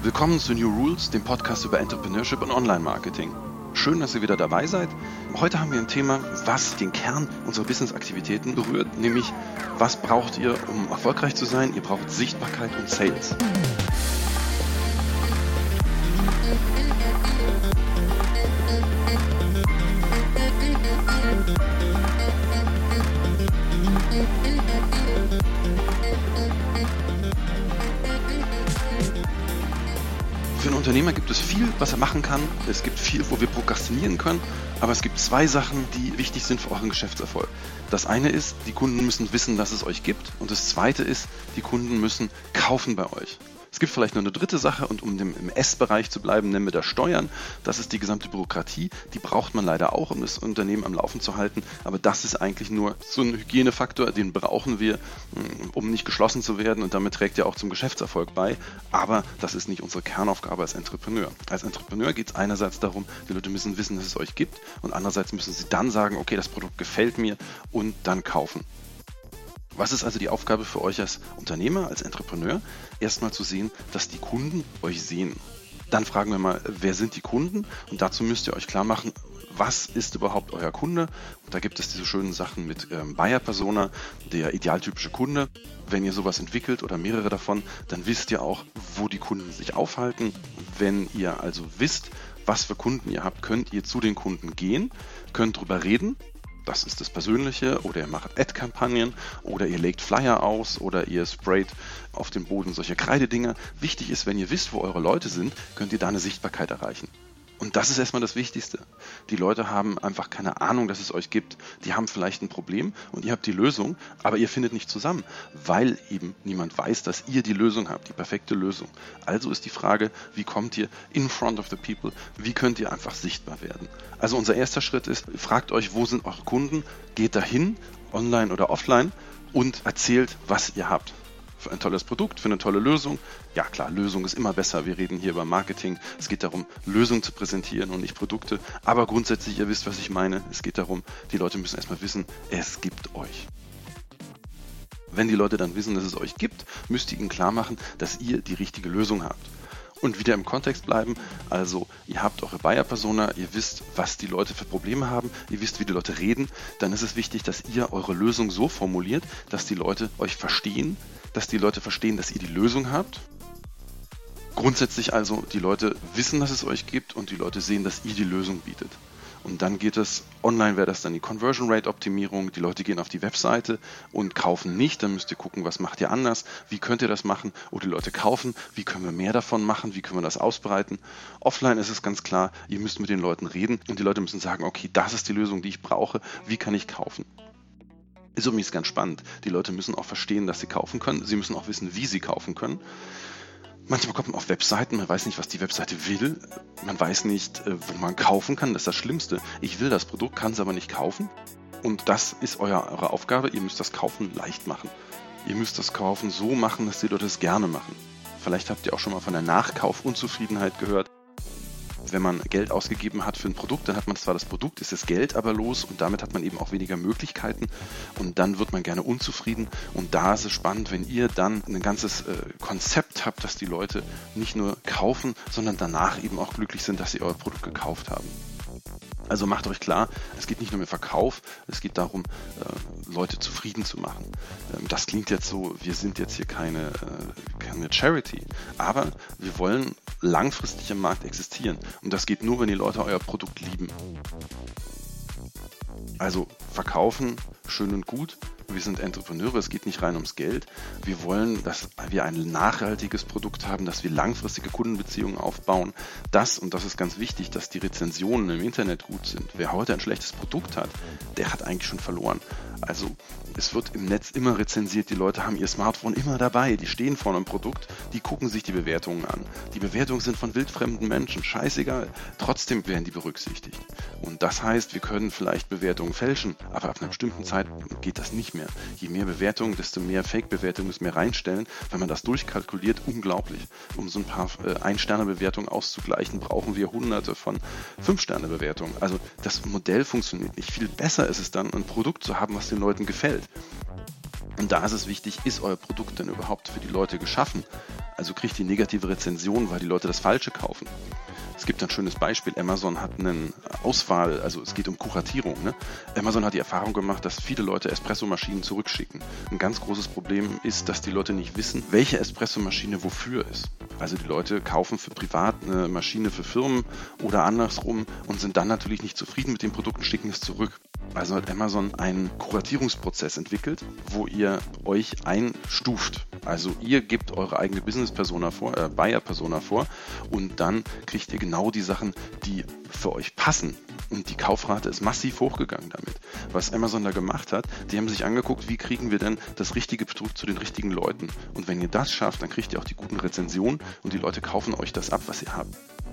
Willkommen zu New Rules, dem Podcast über Entrepreneurship und Online-Marketing. Schön, dass ihr wieder dabei seid. Heute haben wir ein Thema, was den Kern unserer Business-Aktivitäten berührt, nämlich was braucht ihr, um erfolgreich zu sein? Ihr braucht Sichtbarkeit und Sales. Für einen Unternehmer gibt es viel, was er machen kann. Es gibt viel, wo wir prokrastinieren können. Aber es gibt zwei Sachen, die wichtig sind für euren Geschäftserfolg. Das eine ist, die Kunden müssen wissen, dass es euch gibt. Und das zweite ist, die Kunden müssen kaufen bei euch. Es gibt vielleicht noch eine dritte Sache und um im S-Bereich zu bleiben, nennen wir das Steuern. Das ist die gesamte Bürokratie. Die braucht man leider auch, um das Unternehmen am Laufen zu halten. Aber das ist eigentlich nur so ein Hygienefaktor, den brauchen wir, um nicht geschlossen zu werden. Und damit trägt er auch zum Geschäftserfolg bei. Aber das ist nicht unsere Kernaufgabe als Entrepreneur. Als Entrepreneur geht es einerseits darum, die Leute müssen wissen, dass es euch gibt. Und andererseits müssen sie dann sagen, okay, das Produkt gefällt mir und dann kaufen. Was ist also die Aufgabe für euch als Unternehmer, als Entrepreneur? Erstmal zu sehen, dass die Kunden euch sehen. Dann fragen wir mal, wer sind die Kunden? Und dazu müsst ihr euch klar machen, was ist überhaupt euer Kunde? Und da gibt es diese schönen Sachen mit Buyer Persona, der idealtypische Kunde. Wenn ihr sowas entwickelt oder mehrere davon, dann wisst ihr auch, wo die Kunden sich aufhalten. Wenn ihr also wisst, was für Kunden ihr habt, könnt ihr zu den Kunden gehen, könnt drüber reden. Das ist das Persönliche, oder ihr macht Ad-Kampagnen oder ihr legt Flyer aus oder ihr sprayt auf dem Boden solche Kreidedinger. Wichtig ist, wenn ihr wisst, wo eure Leute sind, könnt ihr da eine Sichtbarkeit erreichen. Und das ist erstmal das Wichtigste. Die Leute haben einfach keine Ahnung, dass es euch gibt. Die haben vielleicht ein Problem und ihr habt die Lösung, aber ihr findet nicht zusammen, weil eben niemand weiß, dass ihr die Lösung habt, die perfekte Lösung. Also ist die Frage, wie kommt ihr in front of the people? Wie könnt ihr einfach sichtbar werden? Also unser erster Schritt ist, fragt euch, wo sind eure Kunden? Geht dahin, online oder offline, und erzählt, was ihr habt. Für ein tolles Produkt, für eine tolle Lösung. Ja klar, Lösung ist immer besser. Wir reden hier über Marketing. Es geht darum, Lösungen zu präsentieren und nicht Produkte. Aber grundsätzlich, ihr wisst, was ich meine. Es geht darum, die Leute müssen erstmal wissen, es gibt euch. Wenn die Leute dann wissen, dass es euch gibt, müsst ihr ihnen klar machen, dass ihr die richtige Lösung habt. Und wieder im Kontext bleiben, also ihr habt eure Buyer-Persona, ihr wisst, was die Leute für Probleme haben, ihr wisst, wie die Leute reden, dann ist es wichtig, dass ihr eure Lösung so formuliert, dass die Leute euch verstehen, dass die Leute verstehen, dass ihr die Lösung habt. Grundsätzlich also, die Leute wissen, dass es euch gibt und die Leute sehen, dass ihr die Lösung bietet. Und dann geht es, online wäre das dann die Conversion Rate Optimierung, die Leute gehen auf die Webseite und kaufen nicht, dann müsst ihr gucken, was macht ihr anders, wie könnt ihr das machen, oder die Leute kaufen, wie können wir mehr davon machen, wie können wir das ausbreiten. Offline ist es ganz klar, ihr müsst mit den Leuten reden und die Leute müssen sagen, okay, das ist die Lösung, die ich brauche, wie kann ich kaufen? Ist übrigens ganz spannend, die Leute müssen auch verstehen, dass sie kaufen können, sie müssen auch wissen, wie sie kaufen können. Manchmal kommt man auf Webseiten, man weiß nicht, was die Webseite will, man weiß nicht, wo man kaufen kann, das ist das Schlimmste. Ich will das Produkt, kann es aber nicht kaufen, und das ist eure Aufgabe, ihr müsst das Kaufen leicht machen. Ihr müsst das Kaufen so machen, dass die Leute es gerne machen. Vielleicht habt ihr auch schon mal von der Nachkaufunzufriedenheit gehört. Wenn man Geld ausgegeben hat für ein Produkt, dann hat man zwar das Produkt, ist das Geld aber los und damit hat man eben auch weniger Möglichkeiten und dann wird man gerne unzufrieden, und da ist es spannend, wenn ihr dann ein ganzes Konzept habt, dass die Leute nicht nur kaufen, sondern danach eben auch glücklich sind, dass sie euer Produkt gekauft haben. Also macht euch klar, es geht nicht nur um Verkauf, es geht darum, Leute zufrieden zu machen. Das klingt jetzt so, wir sind jetzt hier keine Charity, aber wir wollen langfristig im Markt existieren. Und das geht nur, wenn die Leute euer Produkt lieben. Also verkaufen, schön und gut. Wir sind Entrepreneure, es geht nicht rein ums Geld. Wir wollen, dass wir ein nachhaltiges Produkt haben, dass wir langfristige Kundenbeziehungen aufbauen. Und das ist ganz wichtig, dass die Rezensionen im Internet gut sind. Wer heute ein schlechtes Produkt hat, der hat eigentlich schon verloren. Also es wird im Netz immer rezensiert, die Leute haben ihr Smartphone immer dabei, die stehen vor einem Produkt, die gucken sich die Bewertungen an. Die Bewertungen sind von wildfremden Menschen, scheißegal. Trotzdem werden die berücksichtigt. Und das heißt, wir können vielleicht Bewertungen fälschen, aber ab einer bestimmten Zeit geht das nicht mehr. Je mehr Bewertungen, desto mehr Fake-Bewertungen müssen wir reinstellen. Wenn man das durchkalkuliert, unglaublich. Um so ein paar Ein-Sterne-Bewertungen auszugleichen, brauchen wir hunderte von 5-Sterne-Bewertungen. Also das Modell funktioniert nicht. Viel besser ist es dann, ein Produkt zu haben, was den Leuten gefällt. Und da ist es wichtig, ist euer Produkt denn überhaupt für die Leute geschaffen? Also kriegt ihr negative Rezensionen, weil die Leute das Falsche kaufen. Es gibt ein schönes Beispiel. Amazon hat eine Auswahl, also es geht um Kuratierung. Ne? Amazon hat die Erfahrung gemacht, dass viele Leute Espressomaschinen zurückschicken. Ein ganz großes Problem ist, dass die Leute nicht wissen, welche Espressomaschine wofür ist. Also die Leute kaufen für privat eine Maschine für Firmen oder andersrum und sind dann natürlich nicht zufrieden mit dem Produkt und schicken es zurück. Also hat Amazon einen Kuratierungsprozess entwickelt, wo ihr euch einstuft. Also ihr gebt eure eigene Business-Persona vor, Buyer-Persona vor und dann kriegt ihr genau die Sachen, die für euch passen. Und die Kaufrate ist massiv hochgegangen damit. Was Amazon da gemacht hat, die haben sich angeguckt, wie kriegen wir denn das richtige Produkt zu den richtigen Leuten. Und wenn ihr das schafft, dann kriegt ihr auch die guten Rezensionen und die Leute kaufen euch das ab, was ihr habt.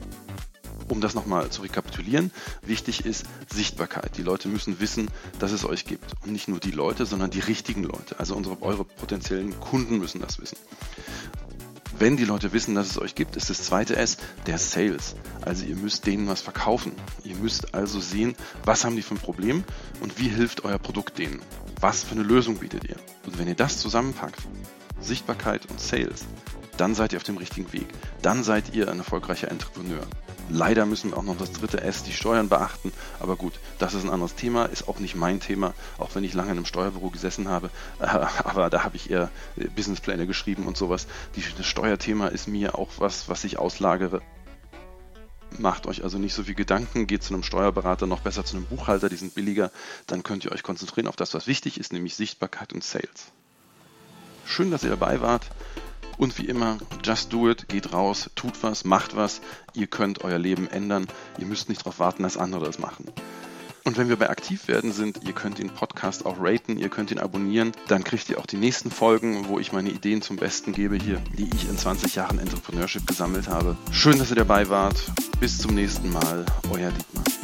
Um das nochmal zu rekapitulieren, wichtig ist Sichtbarkeit. Die Leute müssen wissen, dass es euch gibt. Und nicht nur die Leute, sondern die richtigen Leute. Also eure potenziellen Kunden müssen das wissen. Wenn die Leute wissen, dass es euch gibt, ist das zweite S der Sales. Also ihr müsst denen was verkaufen. Ihr müsst also sehen, was haben die für ein Problem und wie hilft euer Produkt denen. Was für eine Lösung bietet ihr? Und wenn ihr das zusammenpackt, Sichtbarkeit und Sales, dann seid ihr auf dem richtigen Weg. Dann seid ihr ein erfolgreicher Entrepreneur. Leider müssen wir auch noch das dritte S, die Steuern, beachten. Aber gut, das ist ein anderes Thema, ist auch nicht mein Thema, auch wenn ich lange in einem Steuerbüro gesessen habe. Aber da habe ich eher Businesspläne geschrieben und sowas. Das Steuerthema ist mir auch was ich auslagere. Macht euch also nicht so viel Gedanken, geht zu einem Steuerberater, noch besser zu einem Buchhalter, die sind billiger. Dann könnt ihr euch konzentrieren auf das, was wichtig ist, nämlich Sichtbarkeit und Sales. Schön, dass ihr dabei wart. Und wie immer, just do it, geht raus, tut was, macht was. Ihr könnt euer Leben ändern. Ihr müsst nicht darauf warten, dass andere das machen. Und wenn wir bei aktiv werden sind, ihr könnt den Podcast auch raten, ihr könnt ihn abonnieren. Dann kriegt ihr auch die nächsten Folgen, wo ich meine Ideen zum Besten gebe hier, die ich in 20 Jahren Entrepreneurship gesammelt habe. Schön, dass ihr dabei wart. Bis zum nächsten Mal. Euer Dietmar.